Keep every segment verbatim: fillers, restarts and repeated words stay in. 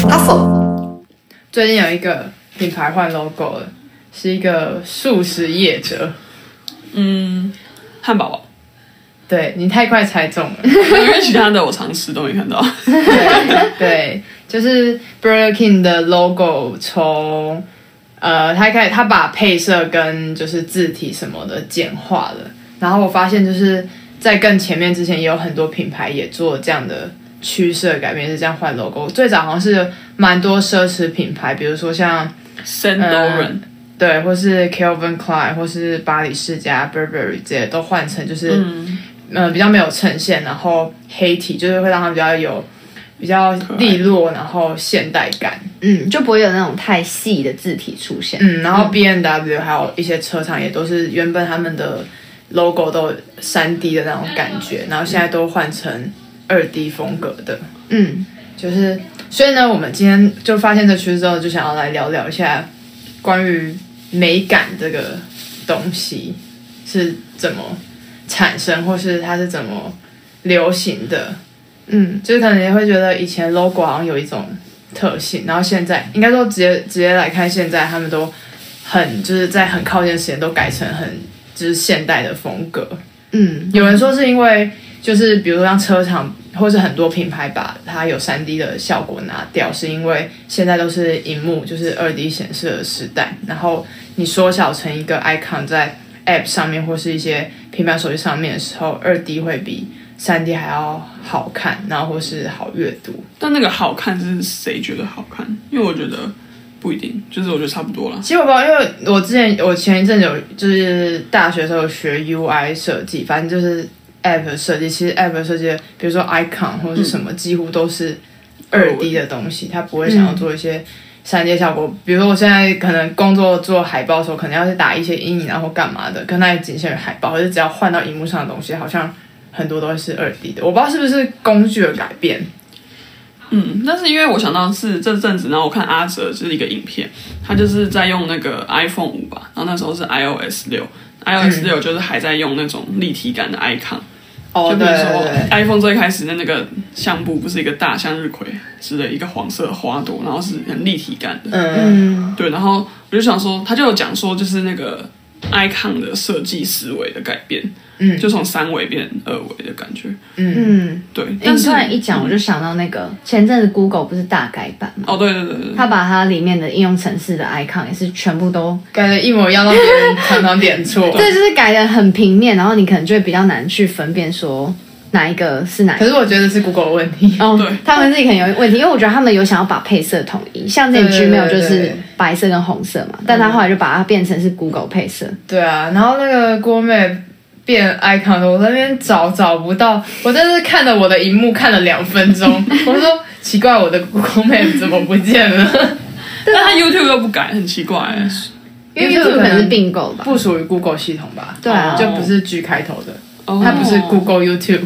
Huffle 最近有一个品牌换 logo 了，是一个素食业者。 嗯，汉堡包。 对，你太快猜中了， 因为其他的我常吃都没看到。 对对，就是 Burger King 的 logo 从呃，他开始他把配色跟就是字体什么的简化了，然后我发现就是在更前面之前也有很多品牌也做这样的趋势的改变，是这样换 logo。最早好像是蛮多奢侈品牌，比如说像 Saint Laurent、嗯、 对，或是 Calvin Klein 或是巴黎世家 Burberry 这些都换成就是嗯、呃、比较没有衬线，然后黑体，就是会让它比较有比较利落，然后现代感， 嗯，就不会有那种太细的字体出现。 嗯，然后 B M W 还有一些车厂也都是原本他们的 logo 都有 三 D 的那种感觉，然后现在都换成二 D 风格的。 嗯， 就是所以呢，我们今天就发现这趋势之后，就想要来聊聊一下关于美感这个东西是怎么产生，或是它是怎么流行的。嗯，就是可能也会觉得以前 logo 好像有一种特性，然后现在应该说直接直接来看，现在他们都很就是在很靠近的时间都改成很就是现代的风格。嗯，有人说是因为就是比如说像车厂或是很多品牌把它有 三 D 的效果拿掉，是因为现在都是萤幕就是二 D 显示的时代，然后你缩小成一个 icon 在 app 上面或是一些平板手机上面的时候，二 D 会比三 D 还要好看，然后或是好阅读。 但那个好看是谁觉得好看？因为我觉得不一定，就是我觉得差不多啦。 其实我不知道，因为我之前我前一阵有就是大学的时候有学 U I 设计，反正就是 App 的设计。其实 App 的设计，比如说 icon 或者是什么，嗯、几乎都是二 D 的东西，它不会想要做一些三 D 效果。嗯、比如说我现在可能工作做海报的时候，可能要是打一些阴影然后干嘛的，可能也仅限于海报，可是只要换到荧幕上的东西，好像很多都是二 D 的，我不知道是不是工具的改变。 嗯，但是因为我想到是这阵子，然后我看阿哲就是一个影片，他就是在用那个 iPhone 五吧，然后那时候是 iOS 六 ，iOS 六就是还在用那种立体感的 icon。 哦， 就比如说对对对 iPhone 最开始的那个相簿不是一个大向日葵之类一个黄色的花朵，然后是很立体感的。嗯，对，然后我就想说，他就有讲说，就是那个 icon 的设计思维的改变。嗯，就从三维变二维的感觉。嗯，对。但是你突然一讲，我就想到那个前阵子 Google 不是大改版吗？ 哦，对对对对。 他把它里面的应用程式的 icon 也是全部都改的一模一样，让别人常常点错。 对，就是改的很平面，然后你可能就会比较难去分辨说哪一个是哪一个。 可是我觉得是 Google 的问题。 哦，对，他们自己可能有问题，因为我觉得他们有想要把配色统一，像这 Gmail 就是白色跟红色嘛，但他后来就把它变成是 Google 配色。 对啊，然后那个 Google Map变 icon 的，我在那边找找不到，我真的是看了我的荧幕看了两分钟，我说奇怪，我的 Google Map 怎么不见了？ 但他 YouTube 又不改，很奇怪、欸。 因为 YouTube 可能是并购吧， 不属于 Google 系统吧？ 对啊， 就不是 G 开头的， 哦、 它不是 Google YouTube，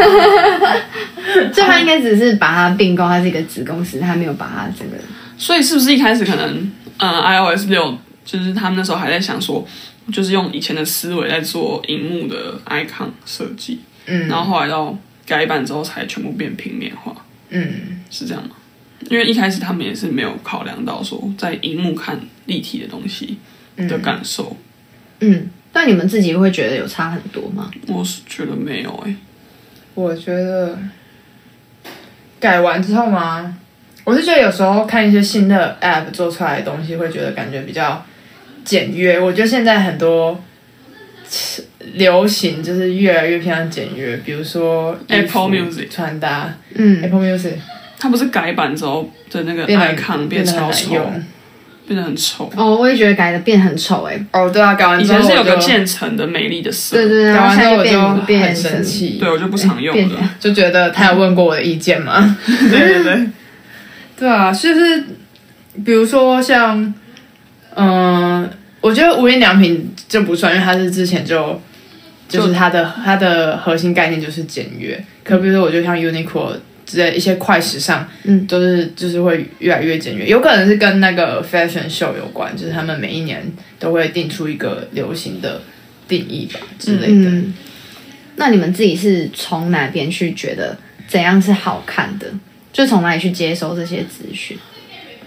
就它应该只是把它并购，它是一个子公司，它没有把它整个。 所以是不是一开始可能，呃 ，iOS 六就是他们那时候还在想说。就是用以前的思维在做荧幕的 icon 设计，嗯，然后后来到改版之后才全部变平面化，嗯，是这样吗？因为一开始他们也是没有考量到说在荧幕看立体的东西的感受， 嗯，但你们自己会觉得有差很多吗？ 我是觉得没有诶、欸， 我觉得改完之后嘛，我是觉得有时候看一些新的 app 做出来的东西，会觉得感觉比较简约。我觉得现在很多流行就是越来越偏向简约，比如说 Apple Music 穿搭，嗯 ，Apple Music 它不是改版之后的那个 icon 变超丑，变得很丑。 哦，我也觉得改的变很丑哎、欸。 哦，对啊，改完之后以前是有个渐层的美丽的色， 对对对， 改完之后我就就很生气， 对我就不常用了， 就觉得他有问过我的意见吗？ 对对对， 对啊，就是比如说像，嗯、呃，我觉得无印良品就不算，因为它是之前就就是它的它的核心概念就是简约。可比如说，我觉得像 Uniqlo 之类一些快时尚，嗯，都是就是会越来越简约，有可能是跟那个 fashion show 有关，就是他们每一年都会定出一个流行的定义吧之类的。嗯， 那你们自己是从哪边去觉得怎样是好看的？就从哪里去接收这些资讯？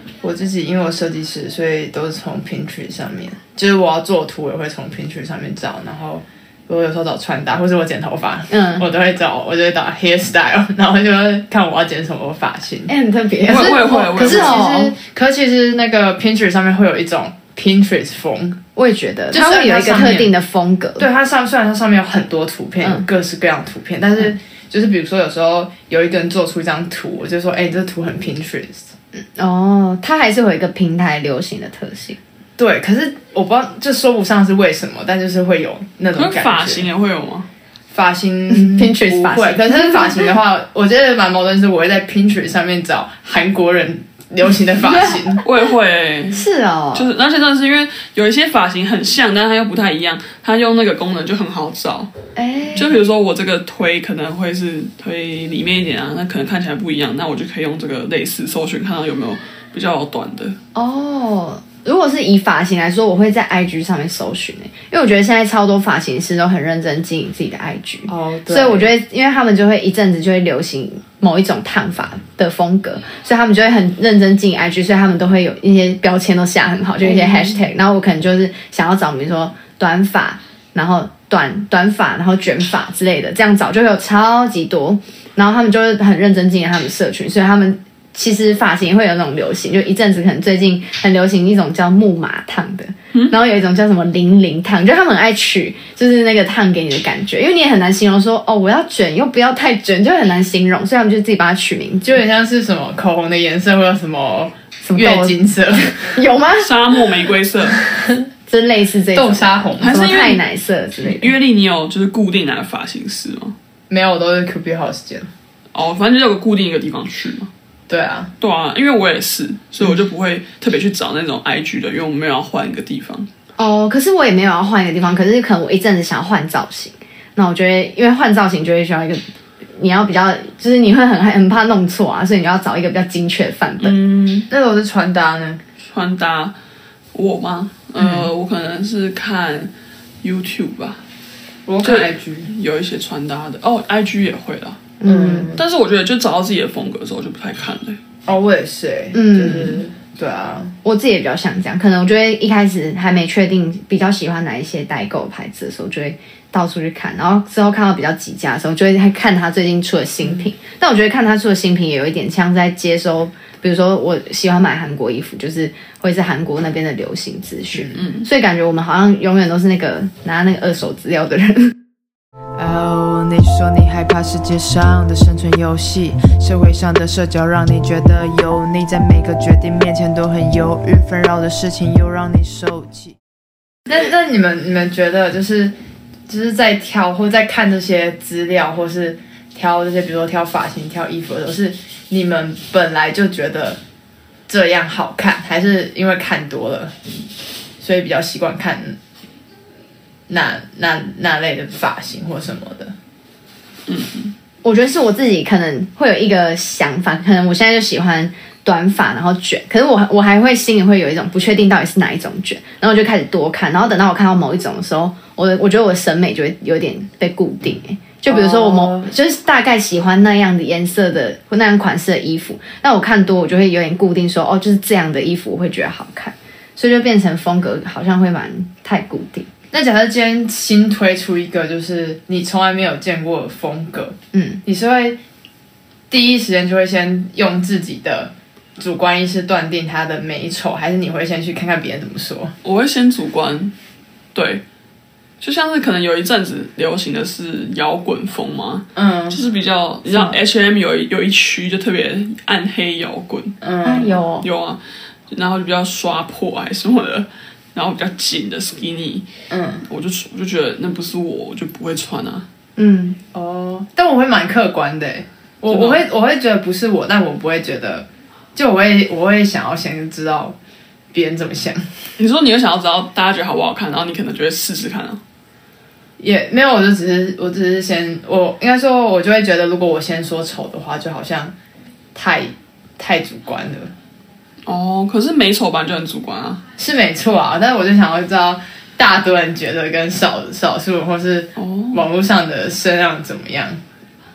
我自己因为我设计师，所以都是从 Pinterest 上面，就是我要做图，我也会从 Pinterest 上面找，然后我有时候找穿搭，或者我剪头发，嗯，我都会找，我就会找 hairstyle， 然后就会看我要剪什么发型。 哎、欸，很特别。 会会会， 可是其实，可是其实那个 Pinterest 上面会有一种 Pinterest 风， 我也觉得它会有一个特定的风格。 对，它上虽然它上面有很多图片，嗯、各式各样的图片，但是。嗯就是比如说，有时候有一个人做出一张图，我就说：“哎、欸，这图很 Pinterest。” 哦，它还是会有一个平台流行的特性。 对，可是我不知道，就说不上是为什么，但就是会有那种感觉。 发型也会有吗？ 发型 Pinterest 发型， 可是发型的话，我觉得蛮矛盾，是我会在 Pinterest 上面找韩国人流行的发型。 我也会、欸， 是哦， 就是而且真的是因为有一些发型很像，但它又不太一样，它用那个功能就很好找。哎，就比如说我这个推可能会是推里面一点啊，那可能看起来不一样，那我就可以用这个类似搜寻，看到有没有比较短的。 哦，如果是以发型来说，我会在 I G 上面搜寻、欸、因为我觉得现在超多发型师都很认真经营自己的 I G， 哦，对，所以我觉得，因为他们就会一阵子就会流行某一种烫发的风格，所以他们就会很认真经营 I G， 所以他们都会有一些标签都下很好，就一些 hashtag，、嗯、然后我可能就是想要找，比如说短发，然后短短发，然后卷发之类的，这样找就会有超级多，然后他们就会很认真经营他们的社群，所以他们。其实发型也会有那种流行，就一阵子可能最近很流行一种叫木马烫的，嗯、然后有一种叫什么零零烫，就他们很爱取就是那个烫给你的感觉，因为你也很难形容说哦我要卷又不要太卷，就很难形容，所以他们就自己把它取名， 就有点像是什么口红的颜色会有什么什么月经色， 有吗？ 沙漠玫瑰色， 就类似这种豆沙红， 还是太奶色之类的。 约丽，你有就是固定哪个发型师吗？ 没有，我都是 Q B House 剪。 哦，反正就有个固定一个地方去嘛。 对啊， 对啊，因为我也是，所以我就不会特别去找那种 I G 的，因为我没有要换一个地方。 哦，可是我也没有要换一个地方，可是可能我一阵子想要换造型，那我觉得因为换造型就会需要一个，你要比较，就是你会很很怕弄错啊，所以你要找一个比较精确的范本。 嗯，那如果是穿搭呢？ 穿搭，我吗？呃，嗯、我可能是看 YouTube 吧， 我看 I G 有一些穿搭的哦 ，I G 也会啦。嗯，但是我觉得就找到自己的风格的时候就不太看了、欸。 哦，我也是、欸，嗯，就是对啊， 我自己也比较像这样，可能我觉得一开始还没确定比较喜欢哪一些代购牌子的时候，就会到处去看，然后之后看到比较几家的时候，就会看他最近出的新品。嗯、但我觉得看他出的新品也有一点像在接收，比如说我喜欢买韩国衣服，就是会是韩国那边的流行资讯，嗯，所以感觉我们好像永远都是那个拿那个二手资料的人。 哦、oh, 你说你害怕世界上的生存游戏，社会上的社交让你觉得油腻，在每个决定面前都很犹豫，纷扰的事情又让你受气。 那那你们你们觉得就是就是在挑或在看这些资料，或是挑这些比如说挑发型、挑衣服的时候，是你们本来就觉得这样好看，还是因为看多了，所以比较习惯看？那那那类的发型或什么的， 嗯，我觉得是我自己可能会有一个想法，可能我现在就喜欢短发，然后卷，可是我我还会心里会有一种不确定到底是哪一种卷，然后我就开始多看，然后等到我看到某一种的时候，我我觉得我的审美就会有点被固定，就比如说我某、oh. 就是大概喜欢那样的颜色的或那样款式的衣服，那我看多我就会有点固定说，哦，就是这样的衣服我会觉得好看，所以就变成风格好像会蛮太固定。 那假设今天新推出一个就是你从来没有见过的风格，嗯，你是会第一时间就会先用自己的主观意识断定它的美丑，还是你会先去看看别人怎么说？ 我会先主观，对，就像是可能有一阵子流行的是摇滚风嘛，嗯，就是比较你知道 H and M 有一有一区就特别暗黑摇滚， 嗯，啊、有有啊，然后就比较刷破还是什么的。然后比较紧的 skinny， 嗯，我就我就觉得那不是我，我就不会穿啊。 嗯，哦，但我会蛮客观的，我我会我会觉得不是我，但我不会觉得，就我会我会想要先知道别人怎么想。 你说你会想要知道大家觉得好不好看，然后你可能就会试试看啊。 也没有，我就只是我只是先我应该说，我就会觉得如果我先说丑的话，就好像太太主观了。 哦，可是美丑版就很主观啊， 是没错啊，但是我就想要知道大多人觉得跟少少数或是网络上的声量怎么样。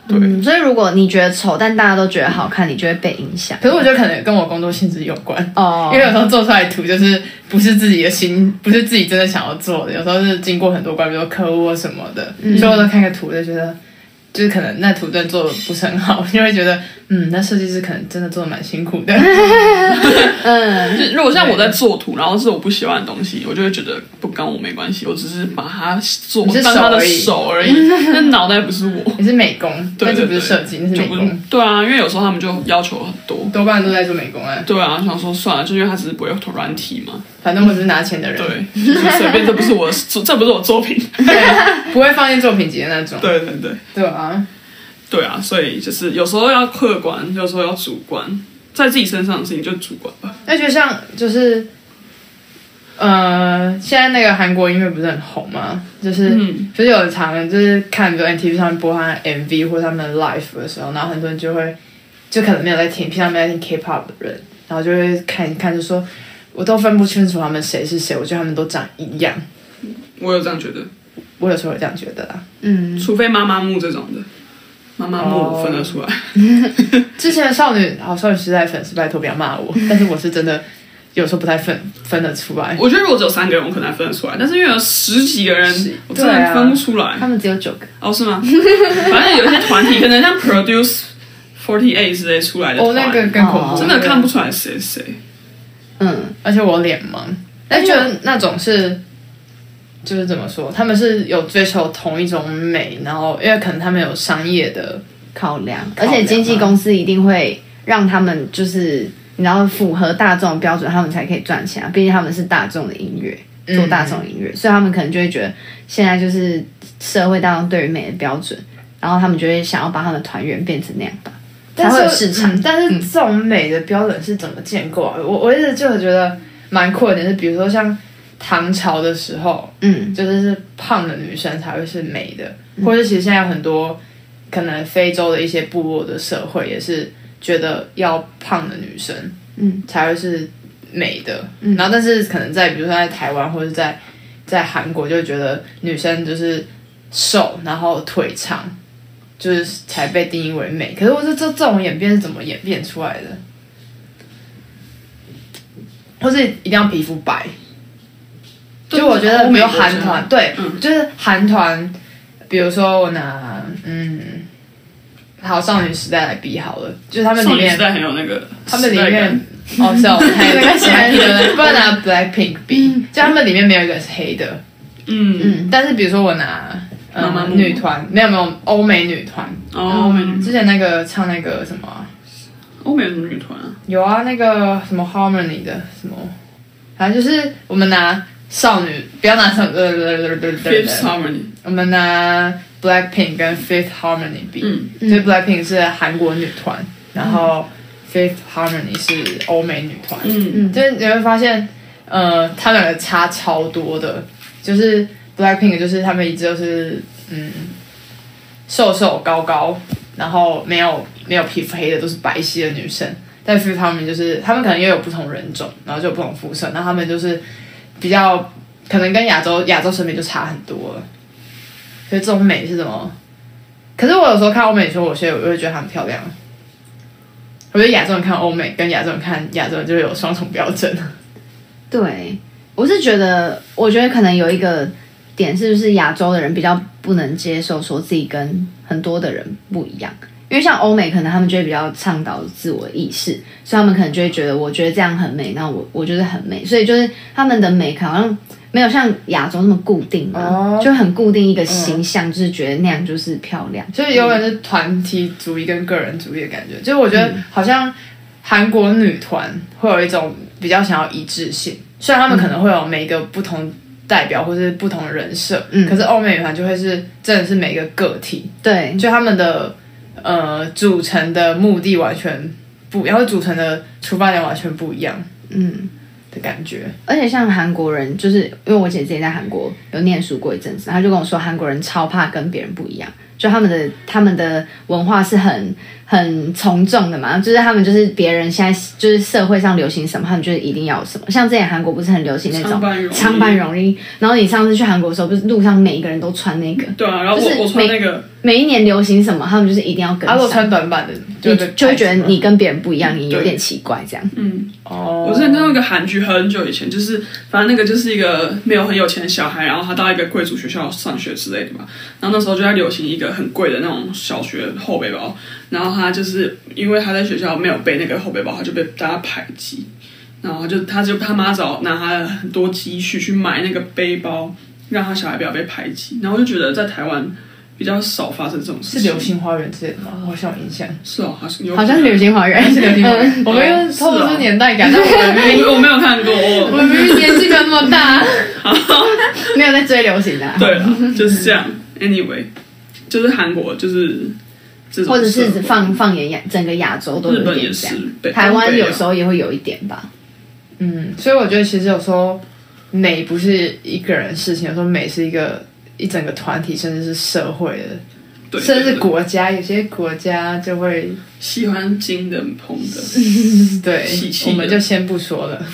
对、 嗯，所以如果你觉得丑，但大家都觉得好看，你就会被影响。 可是我觉得可能跟我工作性质有关哦， 因为有时候做出来的图就是不是自己的心，不是自己真的想要做的，有时候是经过很多关，比如说客户或什么的，嗯、所以我都看个图就觉得。就是可能那图真的做的不是很好，就会觉得嗯，那设计师可能真的做的蛮辛苦的。 嗯，就如果像我在做图，然后是我不喜欢的东西，我就会觉得不跟我没关系，我只是把它做当他的手而已，那脑袋不是我。 你是美工， 对对对， 那就不是设计，那是美工。 对啊，因为有时候他们就要求很多， 多半都在做美工啊。 对啊，想说算了，就因为他只是不会有软体嘛， 反正我只是拿钱的人， 对，就是随便，这不是我的，这不是我作品， 对，不会放进作品集的那种。 对对对， 对啊。 对啊，所以就是有时候要客观，有时候要主观，在自己身上的事情就主观吧。 那就像就是，呃，现在那个韩国音乐不是很红吗？就是，嗯、就是有常就是看比如 M T V 上面播他的 M V 或者他们的 live 的时候，然后很多人就会就可能没有在听，平常没有在听 K-pop 的人，然后就会看一看，就说我都分不清楚他们谁是谁，我觉得他们都长一样。 我有这样觉得， 我有时候有这样觉得啦。 嗯， 除非妈妈木这种的。妈妈木分得出来。 Oh. 之前的少女好少女时代粉丝拜托不要骂我，但是我是真的有时候不太分分得出来。 我觉得如果只有三个人，我可能还分得出来，但是因为有十几个人，我真的分不出来。啊、 他们只有九个。 哦，是吗？反正有些团体可能像 Produce forty-eight 之类出来的团， 哦，那个更恐怖， 真的看不出来谁谁。 嗯，而且我脸盲，但觉得那种是。就是怎么说，他们是有追求同一种美，然后因为可能他们有商业的考量，而且经纪公司一定会让他们就是你知道符合大众的标准，他们才可以赚钱啊。毕竟他们是大众的音乐，做大众音乐，嗯、所以他们可能就会觉得现在就是社会大众对于美的标准，然后他们就会想要把他们的团员变成那样吧，才会有市场。 嗯、但是这种美的标准是怎么建构啊？我我一直就觉得蛮酷的点是，比如说像。唐朝的时候，嗯，就是是胖的女生才会是美的，嗯、或者其实现在有很多可能非洲的一些部落的社会也是觉得要胖的女生，嗯，才会是美的。嗯、然后但是可能在比如说在台湾或者在在韩国，就会觉得女生就是瘦，然后腿长，就是才被定义为美。可是我说这这种演变是怎么演变出来的？或是一定要皮肤白？就我觉得，比如韩团，对，嗯、就是韩团，比如说我拿嗯，好少女时代来比好了，就是他们里面， 少女时代很有那个， 他们里面哦是哦，还有那个黑的，不然拿 Blackpink 比，嗯、就他们里面没有一个是黑的，嗯嗯，但是比如说我拿嗯女团，没有没有欧美女团， 哦，欧美女， 之前那个唱那个什么， 欧美有什么女团啊？ 有啊，那个什么 Harmony 的什么，反正就是我们拿。少女不要拿少女，对对对对对 Fifth Harmony， 我们拿 Blackpink 跟 Fifth Harmony 比，嗯，所以 Blackpink 是韩国女团，嗯、然后 Fifth Harmony 是欧美女团，嗯嗯，就是你会发现，呃，他们两个差超多的，就是 Blackpink 就是他们一直都是嗯瘦瘦高高，然后没有没有皮肤黑的，都是白皙的女生，但 Fifth Harmony 就是他们可能也有不同人种，然后就有不同肤色，然后他们就是。比较可能跟亚洲亚洲审美就差很多了，所以这种美是怎么？可是我有时候看欧美的时候，我觉得我会觉得她很漂亮。我觉得亚洲人看欧美跟亚洲人看亚洲人就会有双重标准。 对，我是觉得，我觉得可能有一个点是不是亚洲的人比较不能接受说自己跟很多的人不一样。因为像欧美，可能他们就会比较倡导自我意识，所以他们可能就会觉得，我觉得这样很美，那我我觉得很美，所以就是他们的美好像没有像亚洲那么固定嘛，哦、就很固定一个形象，嗯、就是觉得那样就是漂亮， 所以永远是团体主义跟个人主义的感觉。就是我觉得好像韩国女团会有一种比较想要一致性，虽然他们可能会有每一个不同代表或是不同的人设，嗯、可是欧美女团就会是真的是每一个个体， 对， 就他们的。呃，组成的目的完全不，然后组成的出发点完全不一样，嗯的感觉。 而且像韩国人，就是因为我姐之前在韩国有念书过一阵子，她就跟我说，韩国人超怕跟别人不一样， 就他们的他们的文化是很很从众的嘛，就是他们就是别人现在就是社会上流行什么，他们就是一定要有什么。像之前韩国不是很流行那种长版绒衣，然后你上次去韩国的时候，不是路上每一个人都穿那个？ 对啊，然后我、就是、我穿那个。 每一年流行什么，他们就是一定要跟上。 如果穿短版的， 就就会觉得你跟别人不一样，你有点奇怪这样。 嗯，哦。我之前看到一个韩剧，很久以前，就是反正那个就是一个没有很有钱的小孩，然后他到一个贵族学校上学之类的嘛。然后那时候就在流行一个很贵的那种小学后背包，然后他就是因为他在学校没有背那个后背包，他就被大家排挤。然后就他就他妈找拿他的很多积蓄去买那个背包，让他小孩不要被排挤。然后我就觉得在台湾比较少发生这种事情。 是流星花园之类的吗？我好像有印象。 是哦，好像有好像是流星花园， 是流星花园。我们又透露出年代感，但我明明我没有看过， 我们明明年纪没有那么大，没有在追流行的、啊。 对了，就是这样。Anyway， 就是韩国就是这种， 或者是放放眼亚整个亚洲都有一点这样。台湾有时候也会有一点吧。 嗯，所以我觉得其实有时候美不是一个人的事情，有时候美是一个。一整个团体，甚至是社会的， 对甚至是国家，有些国家就会喜欢金的、捧的， 对，我们就先不说了。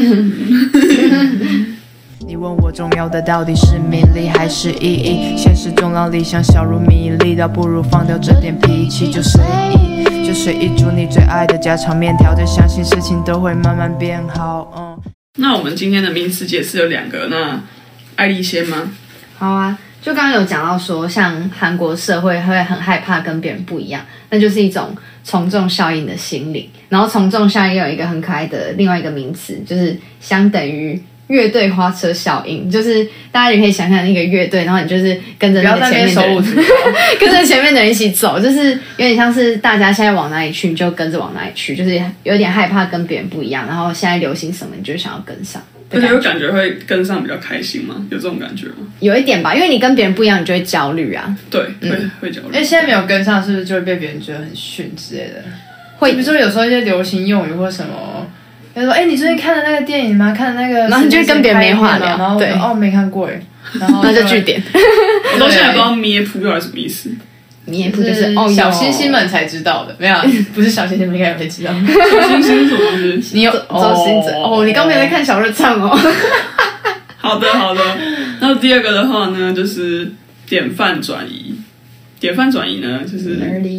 你问我重要的到底是名利还是意义？现实中让理想小如米粒，倒不如放掉这点脾气，就随意，就随意煮你最爱的家常面条，就相信事情都会慢慢变好。嗯。 那我们今天的名词解释有两个，那艾莉先吗？ 好啊，就刚刚有讲到说，像韩国社会会很害怕跟别人不一样，那就是一种从众效应的心理。然后从众效应有一个很可爱的另外一个名词，就是相等于乐队花车效应。就是大家也可以想象一个乐队，然后你就是跟着那个前面的人，跟着前面的人一起走，就是有点像是大家现在往哪里去，你就跟着往哪里去，就是有点害怕跟别人不一样，然后现在流行什么，你就想要跟上。 而且有感觉会跟上比较开心吗？有这种感觉吗？ 有一点吧，因为你跟别人不一样，你就会焦虑啊。 对，会、嗯、会焦虑。 因为现在没有跟上，是不是就会被别人觉得很逊之类的？会，比如说有时候一些流行用语或什么，他说：“哎、欸，你最近看的那个电影吗？看的那个……” 然后你就会跟别人没话聊， 然后对，哦，没看过哎，然后那就句点。 我到现在不知道咩噗到底什么意思。 咩噗就是哦， 小星星们才知道的，没有，不是小星星们应该也会知道。 小星星什么意思？ 你有周星哲哦，你刚没有在看小日唱哦。 好的好的，然后第二个的话呢，就是典范转移。典范转移呢，就是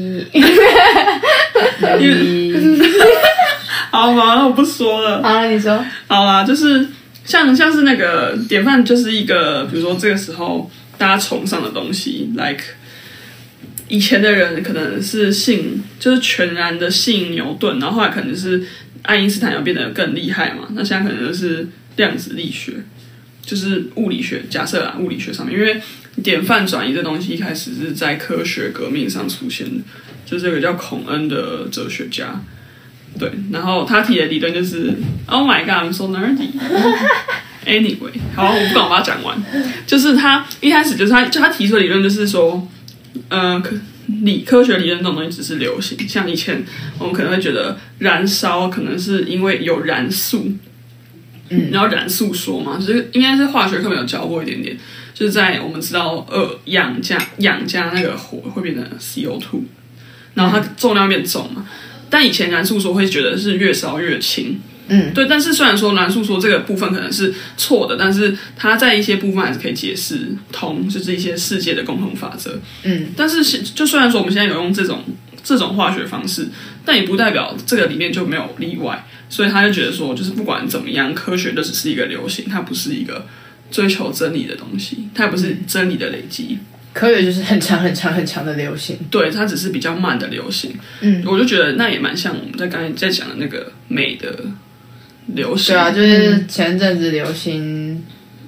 好嘛，那我不说了。 好了，你说。 好啦，就是像像是那个典范，就是一个比如说这个时候大家崇尚的东西 ，like 以前的人可能是信，就是全然的信牛顿，然后后来可能是爱因斯坦要变得更厉害嘛，那现在可能就是量子力学。就是物理学，假设啦，物理学上面，因为典范转移这东西一开始是在科学革命上出现的，就是有个叫孔恩的哲学家，对，然后他提的理论就是，Oh my God, I'm so nerdy 。Anyway， 好，我不管我把它讲完，就是他一开始就是他就他提出的理论就是说，呃，科理科学理论这种东西只是流行，像以前我们可能会觉得燃烧可能是因为有燃素。嗯，然后燃素说嘛，就是应该是化学课本有教过一点点，就是在我们知道二氧加氧加那个火会变成 C O 二， 然后它重量变重嘛。但以前燃素说会觉得是越烧越轻，嗯，对。但是虽然说燃素说这个部分可能是错的，但是它在一些部分还是可以解释通，就是一些世界的共同法则，嗯。但是就虽然说我们现在有用这种这种化学方式，但也不代表这个里面就没有例外。所以他就觉得说，就是不管怎么样，科学就只是一个流行，它不是一个追求真理的东西，它也不是真理的累积。 科学就是很长很长很长的流行， 对，它只是比较慢的流行。嗯，我就觉得那也蛮像我们在刚才在讲的那个美的流行。 对啊，就是前阵子流行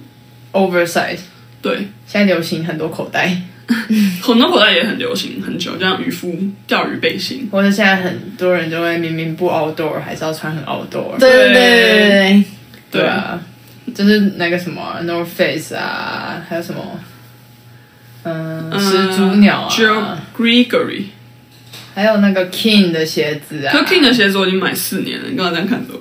oversize， 对， 现在流行很多口袋。 很多口袋也很流行很久，就像渔夫钓鱼背心， 或者现在很多人就会明明不 outdoor 还是要穿很 outdoor。 对对对对对， 对啊，就是那个什么 North Face 啊，还有什么，嗯，始祖鸟啊 ，Joe Gregory， 还有那个 King 的鞋子啊。 可 King 的鞋子我已经买四年了，你刚刚这样看着我，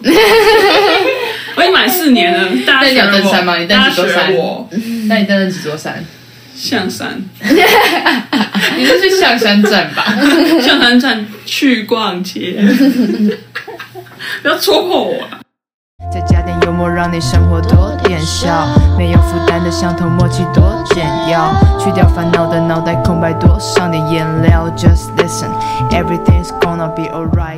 我已经买四年了。大家学我，你登山吗？你登几座山？ 我， 那你登了几座山？ 象山， 你是去象山站吧？ 象山站去逛街，不要戳破我啊！ 再加点幽默，让你生活多点笑，没有负担的相同默契多简要，去掉烦恼的脑袋空白，多上点颜料。Just listen, everything's gonna be alright。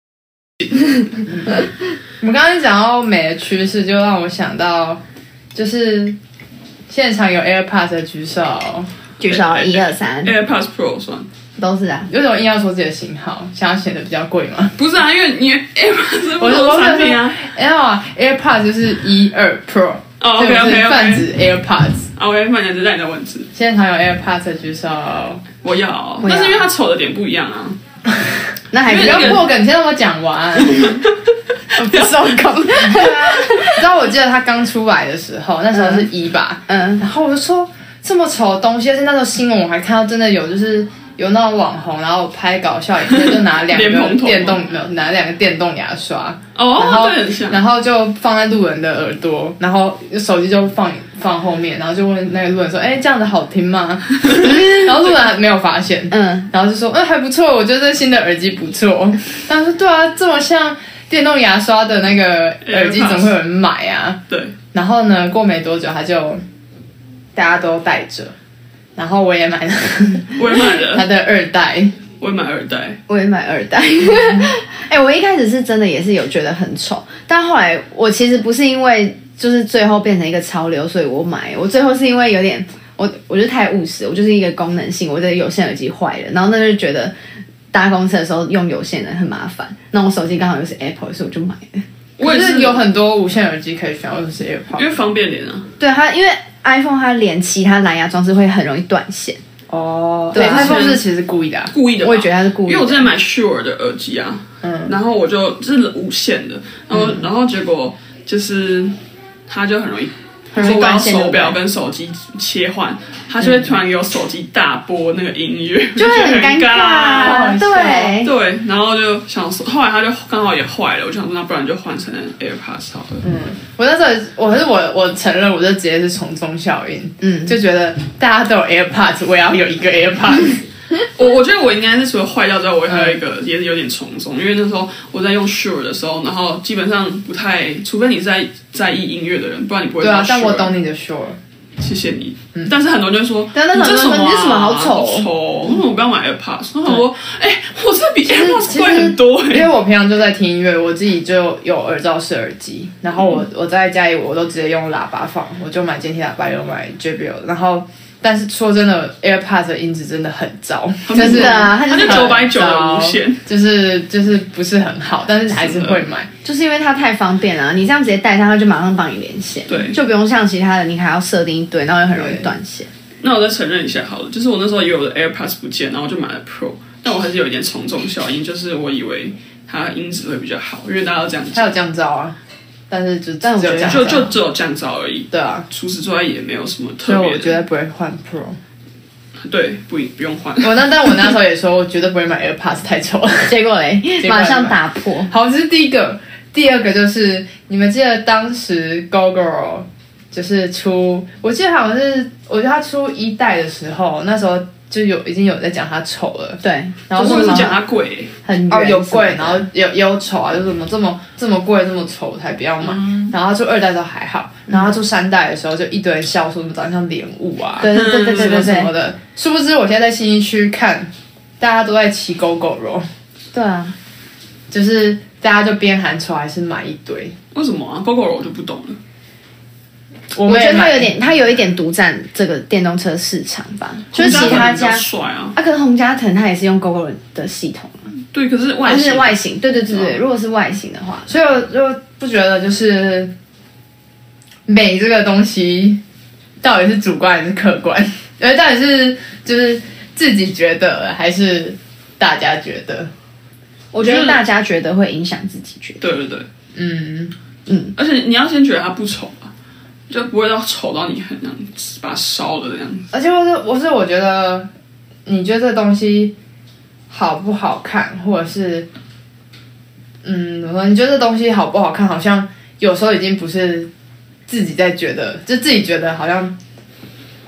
我们刚刚讲到美的趋势，就让我想到，就是现场有 AirPods 的举手， 举手一二三 ，AirPods Pro 算。 都是啊， 有种硬要说自己的型号，想要显得比较贵吗？ 不是啊，因为你 AirPods 是不我同产品啊。 没有啊 ，AirPods 就是一二 Pro， 哦 ，OK OK OK， 泛指 AirPods。OK， 泛指在你的文字。 现场有 AirPods 的举手， 我要，但是因为它丑的点不一样啊。 那还不要破梗，你先让我讲完。 我不受控。 对啊，你知道我记得它刚出来的时候，那时候是一吧，嗯，然后我就说这么丑的东西，而且那时候新闻我还看到真的有就是。有那种网红，然后拍搞笑影片，就拿两个电动，没有拿两个电动牙刷， 哦， 然后对，很像， 然后就放在路人的耳朵，然后手机就放放后面，然后就问那个路人说：“哎，这样子好听吗？”然后路人还没有发现，嗯，然后就说：“嗯，还不错，我觉得这新的耳机不错。”他说：“对啊，这么像电动牙刷的那个耳机，怎么会有人买啊？” 对。 然后呢，过没多久，他就大家都戴着。然后我也买了， 我也买了他的二代， 我也买二代， 我也买二代。哎、欸，我一开始是真的也是有觉得很丑，但后来我其实不是因为就是最后变成一个潮流，所以我买。我最后是因为有点我我觉得太务实，我就是一个功能性，我的有线耳机坏了，然后那就觉得搭公车的时候用有线的很麻烦。那我手机刚好又是 Apple， 所以我就买了。 我也是有很多无线耳机可以选，或者是 AirPods， 因为方便连啊。 对它，因为 iPhone 它连其他蓝牙装置会很容易断线。 哦，对 ，iPhone 是其实故意的、啊， 故意的。 我也觉得它是故意的， 因为我之前买 Shure 的耳机啊，嗯，然后我就就是无线的，然后、嗯、然后结果就是它就很容易。说我要手表跟手机切换，它就会突然给我手机大播那个音乐， 就会很尴尬。对对，然后就想说，后来它就刚好也坏了，我就想说，那不然就换成 AirPods 好了。 嗯，我那时候，我可是我我承认，我就直接是从众效应，嗯，就觉得大家都有 AirPods， 我也要有一个 AirPods。 我我觉得我应该是除了坏掉之外，我还有一个也是有点从众，因为那时候我在用 Shure 的时候，然后基本上不太，除非你是在在意音乐的人，不然你不会。 对啊，但我懂你的 Shure， 谢谢你。嗯、但是很多人就说， 但是很多人说你这什么好丑， 丑。因为我刚买 AirPods，然后我说，哎、欸，我这比 AirPods 贵很多、欸。 因为我平常就在听音乐，我自己就有耳罩式耳机，然后我我在家里我都直接用喇叭放，我就买监听喇叭，又买 J B L， 然后。但是说真的 ，AirPods 的音质真的很糟， 真的啊， 它是九百九的无线， 就是就是不是很好，但是还是会买， 就是因为它太方便了，你这样直接带上，它就马上帮你连线， 对， 就不用像其他的，你还要设定一堆，然后又很容易断线。 那我再承认一下好了，就是我那时候也有的 AirPods 不见，然后我就买了 Pro， 但我还是有一点从众效应，就是我以为它音质会比较好，因为大家都这样讲， 它有降噪啊。但是就但我觉得就就只有降噪而已， 对啊， 除此之外也没有什么特别的。 所以我觉得不会换 Pro， 对，不不用换。 我那但我那时候也说，我绝对不会买 AirPods， 太丑了。 结果嘞，马上打破。 好，这是第一个，第二个就是你们记得当时 Gogoro 就是出，我记得好像是，我觉得他出一代的时候，那时候。就有已经有在讲它丑了， 对， 然后或者是讲它贵， 很哦有贵，然后有也有丑啊，就是怎么这么这么贵这么丑才不要买，嗯、然后就二代都还好，然后出三代的时候就一堆人笑说什么长得像莲雾啊， 对对对对对对什么的，殊不知我现在在信义区看，大家都在骑狗狗肉， 对啊， 就是大家就边喊丑还是买一堆， 为什么啊？狗狗肉我就不懂了。 我, 我觉得它有点，它有一点独占这个电动车市场吧，就是其他家帅啊， 啊，可是宏家腾它也是用 GoGo 的系统啊， 对，可是外形， 是外形，对对对对，哦、如果是外形的话， 所以我就不觉得就是美这个东西到底是主观还是客观，呃，到底是就是自己觉得还是大家觉得？ 我觉得大家觉得会影响自己觉得， 对对对， 嗯嗯，而且你要先觉得它不丑。就不会到丑到你很想把它烧了这样子。 而且我是我是我觉得，你觉得这东西好不好看，或者是嗯，怎么说？你觉得这东西好不好看？好像有时候已经不是自己在觉得，就自己觉得好像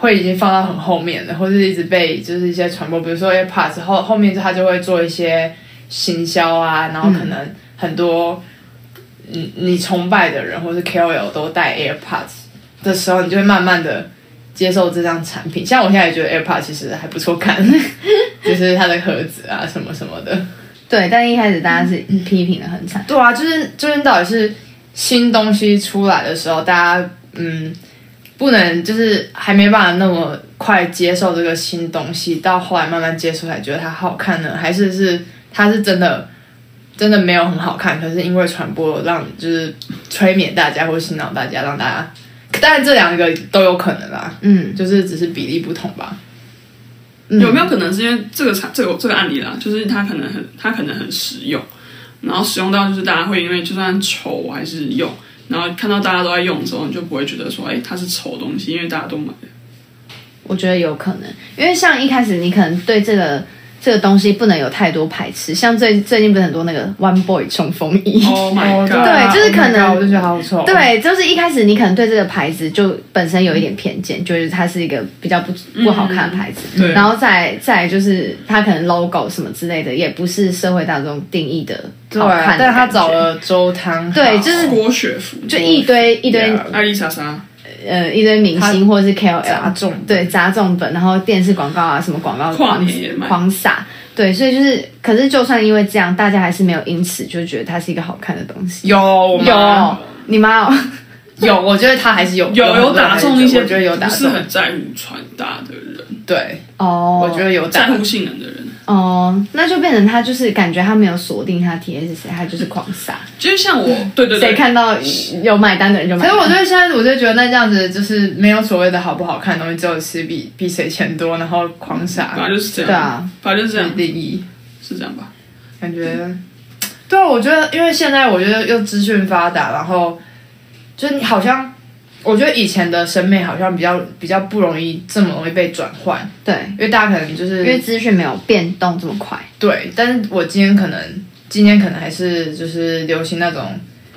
会已经放到很后面了，或者一直被就是一些传播，比如说 AirPods 后后面他就会做一些行销啊，然后可能很多你你崇拜的人或是 K O L 都戴 AirPods 的时候，你就会慢慢的接受这张产品。像我现在也觉得 AirPods 其实还不错看，就是它的盒子啊什么什么的。 对，但一开始大家是批评的很惨。 对啊，就是就是到底是新东西出来的时候，大家嗯。不能就是还没办法那么快接受这个新东西，到后来慢慢接触才觉得它好看呢，还是是它是真的真的没有很好看，可是因为传播让就是催眠大家或洗脑大家，让大家，当然这两个都有可能啦，嗯，就是只是比例不同吧。 嗯、有没有可能是因为这个产这个这个案例啦，就是它可能很它可能很实用，然后使用到就是大家会因为就算丑我还是用。然后看到大家都在用的时候，你就不会觉得说，哎，它是丑东西，因为大家都买了。 我觉得有可能，因为像一开始你可能对这个这个东西不能有太多排斥，像最最近不是很多那个 One Boy 冲锋衣 ，Oh my god， 对，就是可能、 oh、我就觉得好丑。 对，就是一开始你可能对这个牌子就本身有一点偏见，就是它是一个比较不不好看的牌子， 嗯、 然后再再就是它可能 logo 什么之类的，也不是社会大众定义的好看的感觉。 但他找了周汤， 对，就是郭雪芙， 就一堆一堆艾丽莎莎。 呃，一堆明星或者是 K O L 砸中对砸中本，然后电视广告啊，什么广告狂狂撒，对，所以就是，可是就算因为这样，大家还是没有因此就觉得它是一个好看的东西。 有有，你妈哦， 有，我觉得他还是有有有打中一些， 我觉得有打中， 不是很在乎传达的人， 对， 哦， 我觉得有在乎性能的人。 哦，那就变成他就是感觉他没有锁定他 T A 是谁，他就是狂撒。 就是像我，对对对， 谁看到有买单的人就买单。 可是我觉得现在，我就觉得那这样子就是没有所谓的好不好看的东西，只有是比比谁钱多，然后狂撒。 反正就是这样。 对啊， 反正就是这样。 定义是这样吧？ 感觉，对啊，我觉得因为现在我觉得又资讯发达，然后就是你好像。我觉得以前的审美好像比较比较不容易这么容易被转换， 对， 因为大家可能就是因为资讯没有变动这么快， 对。但是我今天可能今天可能还是就是流行那种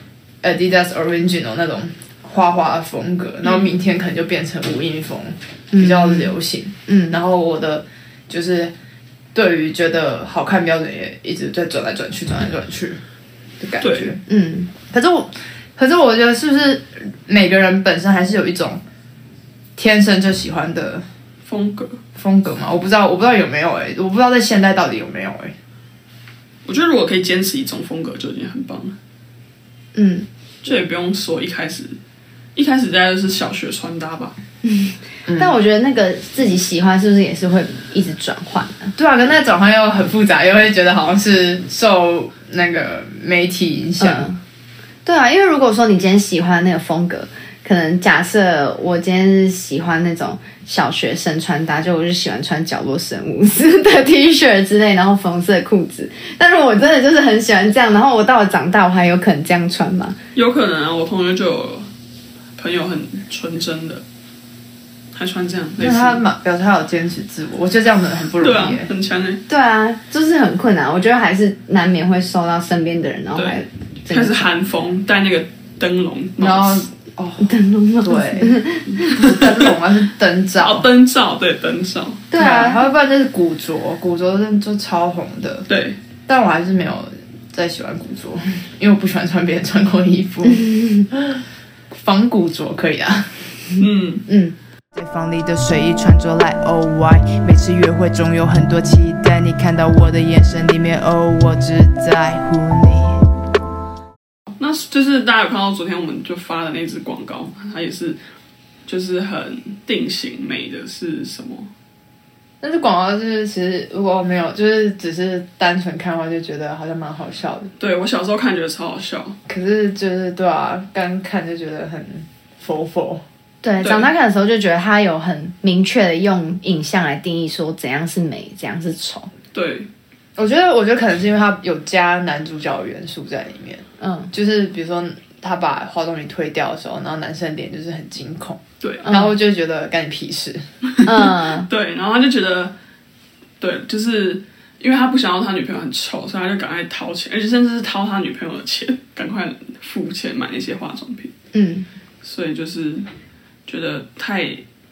Adidas Original 那种花花的风格，然后明天可能就变成无印风，嗯、比较流行，嗯。然后我的就是对于觉得好看标准也一直在转来转去，转来转去的感觉，嗯。可是我。可是我觉得是不是每个人本身还是有一种天生就喜欢的风格风格嘛？我不知道，我不知道有没有哎、欸，我不知道在现代到底有没有哎、欸。 我觉得如果可以坚持一种风格就已经很棒了。嗯，这也不用说一开始，一开始大家就是小学穿搭吧。 嗯，但我觉得那个自己喜欢是不是也是会一直转换的？ 对啊，可那转换又很复杂，又会觉得好像是受那个媒体影响。嗯对啊，因为如果说你今天喜欢那个风格，可能假设我今天是喜欢那种小学生穿搭，就我就喜欢穿角落生物的 T 恤之类，然后粉色裤子。但是我真的就是很喜欢这样，然后我到了长大，我还有可能这样穿吗？ 有可能啊，我同学就有朋友很纯真的，还穿这样。 那他表示他有坚持自我，我觉得这样子很不容易、欸， 对啊，很强哎、欸。 对啊，就是很困难。我觉得还是难免会受到身边的人，然后还。 开始韩风，戴那个灯笼， 然后哦， 灯笼帽， 对，不是灯笼啊，是灯罩， 哦，灯罩，对，灯罩， 对啊， 还有不然就是古着，古着就超红的， 对， 但我还是没有再喜欢古着，因为我不喜欢穿别人穿过衣服，仿古着可以啊， 嗯嗯。在房里的睡衣穿着来 Oh why 每次约会总有很多期待，你看到我的眼神里面 Oh 我只在乎你。 那就是大家有看到昨天我们就发的那支广告，它也是就是很定型美的是什么？ 但是广告就是其实如果没有就是只是单纯看的话，就觉得好像蛮好笑的。 对，我小时候看觉得超好笑， 可是就是对啊，刚看就觉得很佛佛。 对，长大看的时候就觉得他有很明确的用影像来定义说怎样是美，怎样是丑。 对， 我觉得我觉得可能是因为他有加男主角的元素在里面，嗯，就是比如说他把化妆品推掉的时候，然后男生脸就是很惊恐， 对， 然后就觉得干你屁事， 嗯，对，然后他就觉得，对，就是因为他不想要他女朋友很丑，所以他就赶快掏钱，而且甚至是掏他女朋友的钱，赶快付钱买那些化妆品，嗯，所以就是。觉得太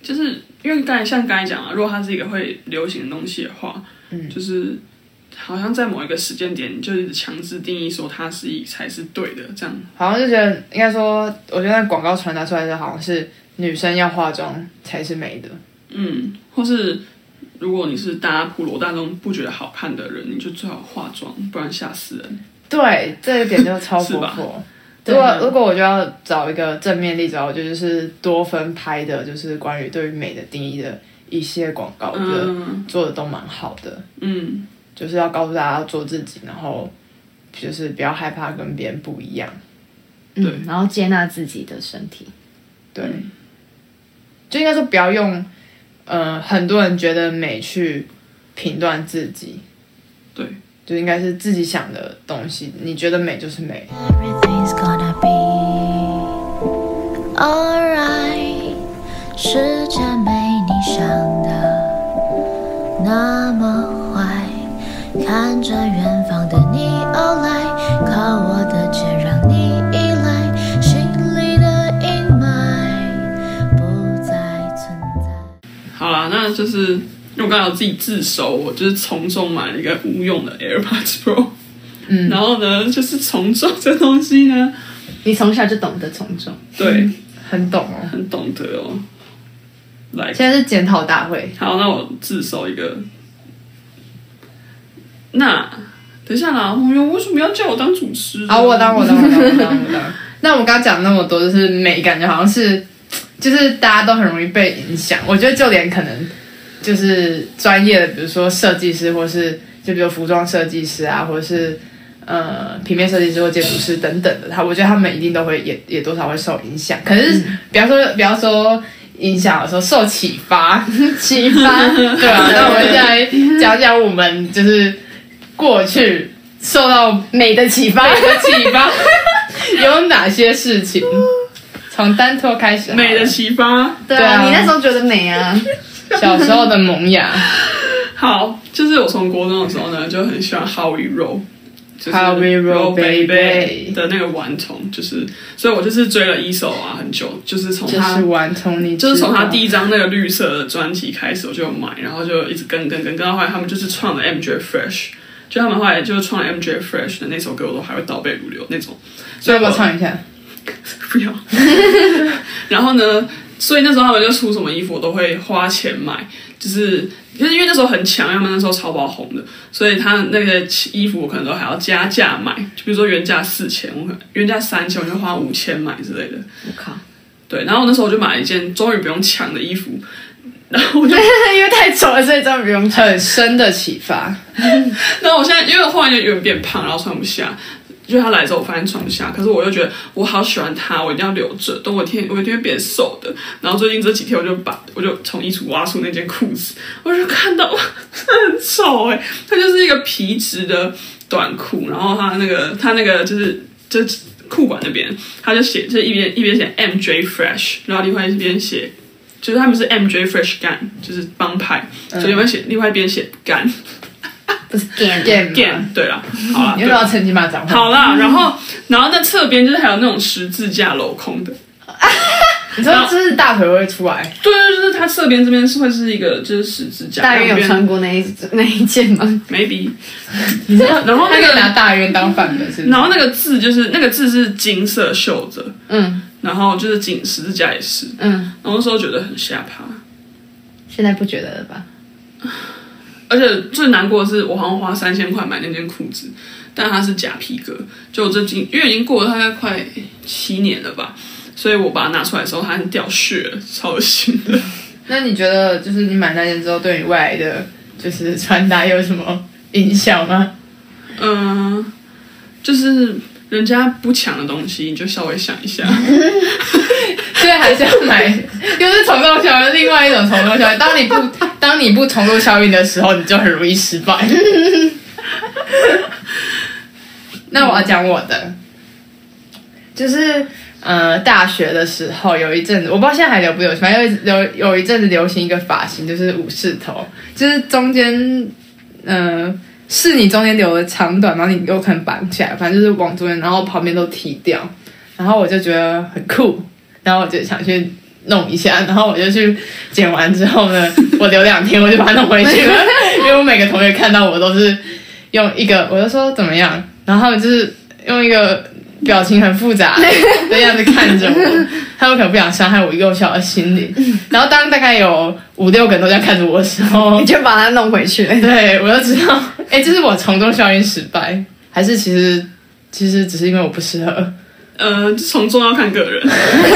就是因为刚才像刚才讲啊，如果它是一个会流行的东西的话，嗯，就是好像在某一个时间点，就一直强制定义说它是才是对的，这样好像就觉得应该说，我觉得广告传达出来的好像是女生要化妆才是美的， 嗯，或是如果你是大家普罗大众不觉得好看的人，你就最好化妆，不然吓死人。 对，这一点就超佛佛。如果如果我就要找一个正面例子，我觉得就是多芬拍的，就是关于对于美的定义的一些广告，我觉得做的都蛮好的。嗯，就是要告诉大家要做自己，然后就是不要害怕跟别人不一样。 对、嗯，然后接纳自己的身体。 对，嗯、就应该说不要用呃很多人觉得美去评断自己。 对。 就应该是自己想的东西，你觉得美就是美。 Everything's gonna be alright， 世界没你想的那么坏，看着远方的你翱来，靠我的肩让你依赖，心里的阴霾不再存在。 好啦，那就是。因为我刚才有自己自首，我就是从众买了一个无用的 AirPods Pro， 嗯，然后呢，就是从众这东西呢， 你从小就懂得从众， 对， 嗯、很懂哦， 很懂得哦。来， 现在是检讨大会。 好，那我自首一个。那等一下啦，红油为什么要叫我当主持？ 好，我当，我当，我当，我当，我当。那我们刚刚讲那么多，就是美，感觉好像是，就是大家都很容易被影响。我觉得就连可能。就是专业的，比如说设计师，或是就比如服装设计师啊，或者是呃平面设计师或建筑师等等的，他我觉得他们一定都会也也多少会受影响。可是不要说不要说影响的时候，受启发，启发，对啊。那我们现在讲讲我们就是过去受到美的启发，美的启发有哪些事情？从单拖开始， 美的启发， 对啊，你那时候觉得美啊。 小时候的萌芽， 好，就是我从国中的时候呢，就很喜欢 How We Roll， 就是 How We Roll Baby 的那个顽童，就是所以我就是追了一手啊很久，就是从他就是顽童，你就是从他第一张那个绿色的专辑开始我就买，然后就一直跟跟跟跟到后来他们就是创了 M J Fresh， 就他们后来就创了 M J Fresh 的那首歌我都还会倒背如流那种， 所以要不要唱一下？ 不要。然后呢？所以那时候他们就出什么衣服我都会花钱买，就是就是因为那时候很抢，他们那时候超爆红的，所以他那个衣服我可能都还要加价买，就比如说原价四千，我可能原价三千，我就花五千买之类的。 我靠！ 对，然后那时候我就买了一件终于不用抢的衣服，然后我就因为太丑了，所以终于不用抢。 很深的启发。 然后我现在因为我后来就有点变胖，然后穿不下。就他来之后，我发现穿不下，可是我又觉得我好喜欢他，我一定要留着，等我天，我一定会变瘦的。然后最近这几天，我就把我就从衣橱挖出那件裤子，我就看到哇，很丑哎、欸，它就是一个皮质的短裤，然后它那个它那个就是就是裤管那边，他就写就一边一边写 M J Fresh， 然后另外一边写就是他们是 M J Fresh Gang， 就是帮派，所以另外写另外一边写干。 不是 gan gan， 对啦，好啦， 你又要趁机骂脏话。 好啦，然后然后在侧边就是还有那种十字架镂空的， 你说这是大腿会出来？ 对对，就是它侧边这边是会是一个就是十字架。 大渊有穿过那一那一件吗 ？Maybe。然后那个拿大渊当范本是。 然后那个字就是那个字是金色绣着，嗯，然后就是金十字架也是，嗯，然后那时候觉得很下趴。 现在不觉得了吧？ 而且最难过的是，我好像花三千块买那件裤子，但它是假皮革。就这经，因为已经过了大概快七年了吧，所以我把它拿出来的时候，它很掉屑了，超恶心的。 那你觉得，就是你买那件之后，对你未来的就是穿搭有什么影响吗？ 嗯、呃，就是人家不抢的东西，你就稍微想一下。 所以还是要买，又是重蹈效应，另外一种重蹈效应。当你不当你不重蹈效应的时候，你就很容易失败。那我要讲我的，就是呃，大学的时候有一阵子，我不知道现在还流不流行，反正有有有一阵子流行一个发型，就是武士头，就是中间呃是你中间留的长短，然后你有可能绑起来，反正就是往中间，然后旁边都剃掉，然后我就觉得很酷。然后我就想去弄一下，然后我就去剪完之后呢，我留两天我就把它弄回去了，因为我每个同学看到我都是用一个，我就说怎么样，然后他们就是用一个表情很复杂的样子看着我，他们可能不想伤害我幼小的心灵。然后当大概有五六个人都这样看着我的时候， 你就把它弄回去了。 对，我就知道，哎，这是我从众效应失败，还是其实其实只是因为我不适合？ 呃，从众要看个人。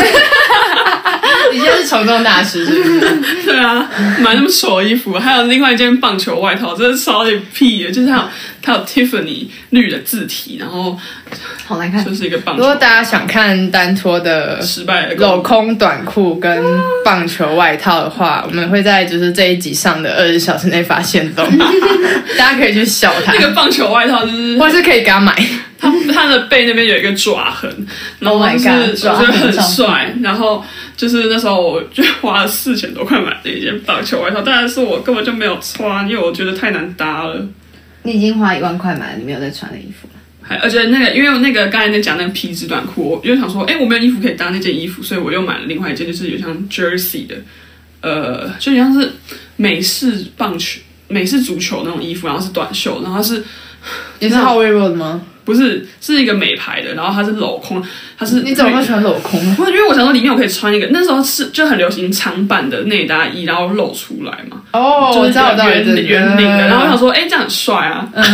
你现在是从众大师是不是？ 对啊，买那么丑的衣服，还有另外一件棒球外套，真的超级屁的，就是它有它有 Tiffany 绿的字体，然后好难看， 就是一个棒球。 如果大家想看单拖的失败的镂空短裤跟棒球外套的话，我们会在就是这一集上的二十小时内发现动，大家可以去笑它。 那个棒球外套就是， 或是可以给他买。 它它的背那边有一个爪痕，然后就是、 oh、God, 我觉得很帅，然后就是那时候我就花了四千多块买了一件棒球外套，当然是我根本就没有穿，因为我觉得太难搭了。 你已经花一万块买了你没有在穿的衣服了。 还而且那个，因为那个刚才在讲那个皮质短裤，我就想说，哎、欸，我没有衣服可以搭那件衣服，所以我又买了另外一件，就是有像 jersey 的，呃，就像是美式棒球、美式足球那种衣服，然后是短袖，然后是也是 Howie Road 吗？ 不是，是一个美牌的，然后它是镂空，它是你怎么会穿镂空？ 因为我想说里面我可以穿一个，那时候是就很流行长版的内搭衣，然后露出来嘛。 哦， 就是我知道， 圆圆领的，然后我想说，哎、欸，这样很帅啊。嗯，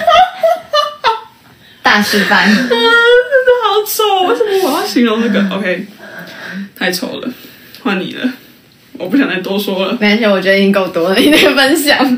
大示范。 真的好丑，为什么我要形容这个 ？OK， 太丑了，换你了，我不想再多说了。 没关系，我觉得已经够多了，你那个分享。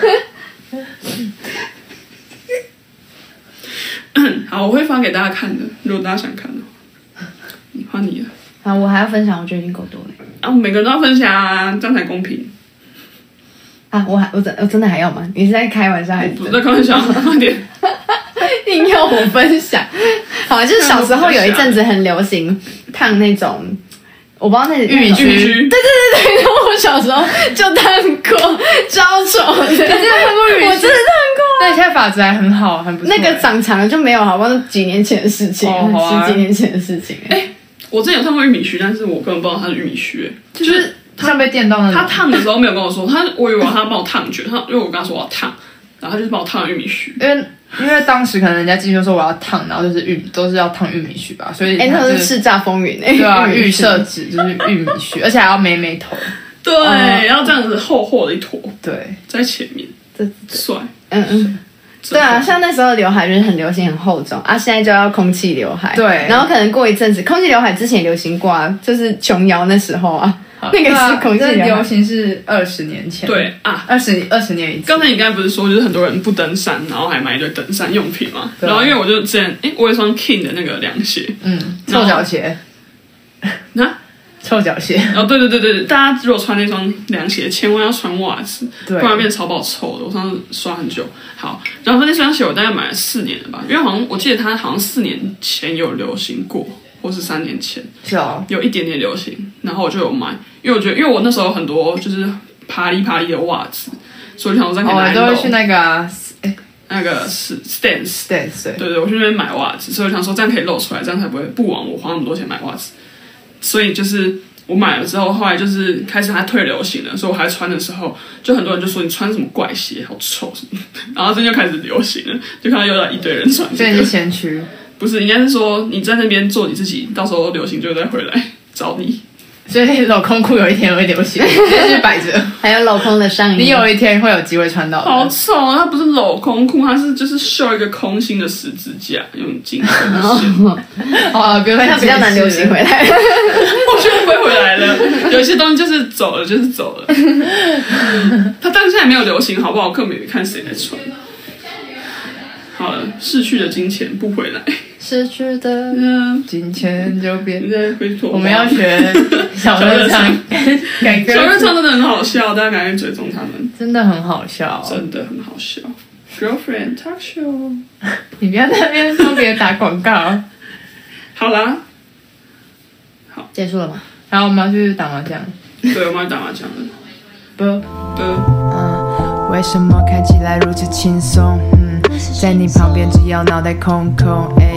好，我会发给大家看的，如果大家想看的话。换你了。 啊，我还要分享，我觉得已经够多了。 啊，每个人都要分享啊，这样才公平。 啊，我还我真我真的还要吗？你是在开玩笑还是？ 不在开玩笑，快点。 硬要我分享。好，就是小时候有一阵子很流行烫那种，我不知道那玉米须。对对对对，然后我小时候就烫过，超丑的。你真的烫过玉米须？ 我真的烫过。 那你现在发质还很好，很不错。 那个长长的就没有，好不好？是几年前的事情， 哦啊、 十几年前的事情。 哎、欸，我之前有烫过玉米须，但是我根本不知道它是玉米须、欸，就是像被电到那种。 他烫的时候没有跟我说，他我以为他帮我烫卷，他因为我跟他说我要烫，然后他就是帮我烫了玉米须。 因为因为当时可能人家进去说我要烫，然后就是玉都是要烫玉米须吧，所以哎、欸，那是叱咤风云哎、欸， 对啊，预设值就是玉米须，而且还要妹妹头。 对，嗯、然后这样子厚厚的一坨， 对， 在前面， 这帅， 嗯嗯。对啊，像那时候刘海就是很流行，很厚重啊，现在就要空气刘海。 对， 然后可能过一阵子，空气刘海之前也流行过啊，就是琼瑶那时候啊，那个是空气刘海。 流行是二十年前。 对啊， 二十二十年以前。 刚才你刚才不是说，就是很多人不登山，然后还买一堆登山用品嘛？然后因为我就之前，哎，我有双 King 的那个凉鞋， 嗯，臭脚鞋。 啊？臭脚鞋哦，对对对对，大家如果穿那双凉鞋，千万要穿袜子，不然变得超爆臭的。我上次刷很久，好，然后那双鞋我大概买了四年了吧，因为好像我记得它好像四年前有流行过，或是三年前， 是哦， 有一点点流行，然后我就有买，因为我觉得，因为我那时候有很多就是啪哩啪哩的袜子，所以我想说这样可以拿来哦，都会去那个、啊，哎， 那个是 Stance Stance， 对对，我去那边买袜子，所以我想说这样可以露出来，这样才不会不枉我花那么多钱买袜子。所以就是我买了之后，后来就是开始它退流行了，所以我还穿的时候，就很多人就说你穿什么怪鞋，好臭什么的。然后这就开始流行了，就看到又来一堆人穿、這個。 所以你是先驱？ 不是，应该是说你在那边做你自己，到时候流行就再回来找你。 所以镂空裤有一天会流行，就是摆着。 还有镂空的上衣， 你有一天会有机会穿到的。 好丑啊！它不是镂空裤，它是就是绣一个空心的十字架，用金色的线。 哦，别它比较难流行回来。 我就不会回来了。有一些东西就是走了，就是走了。它但是现在没有流行，好不好？我根本没看谁在穿。好了，逝去的金钱不回来。 失去的金钱就变。 我我们要学小热唱，改歌。 小热唱真的很好笑，大家赶紧追踪他们， 真的很好笑， 真的很好笑。Girlfriend Talk Show， 你不要在那边帮别人打广告。 好啦，好， 结束了吗？ 然后我们要去打麻将。 对，我们要打麻将了。 不不， 嗯，为什么看起来如此轻松？嗯，在你旁边只要脑袋空空，哎。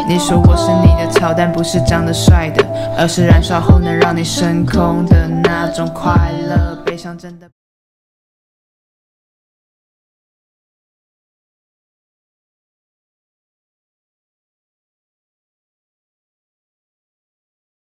你说我是你的草，但不是长得帅的，而是燃烧后能让你升空的那种快乐。悲伤真的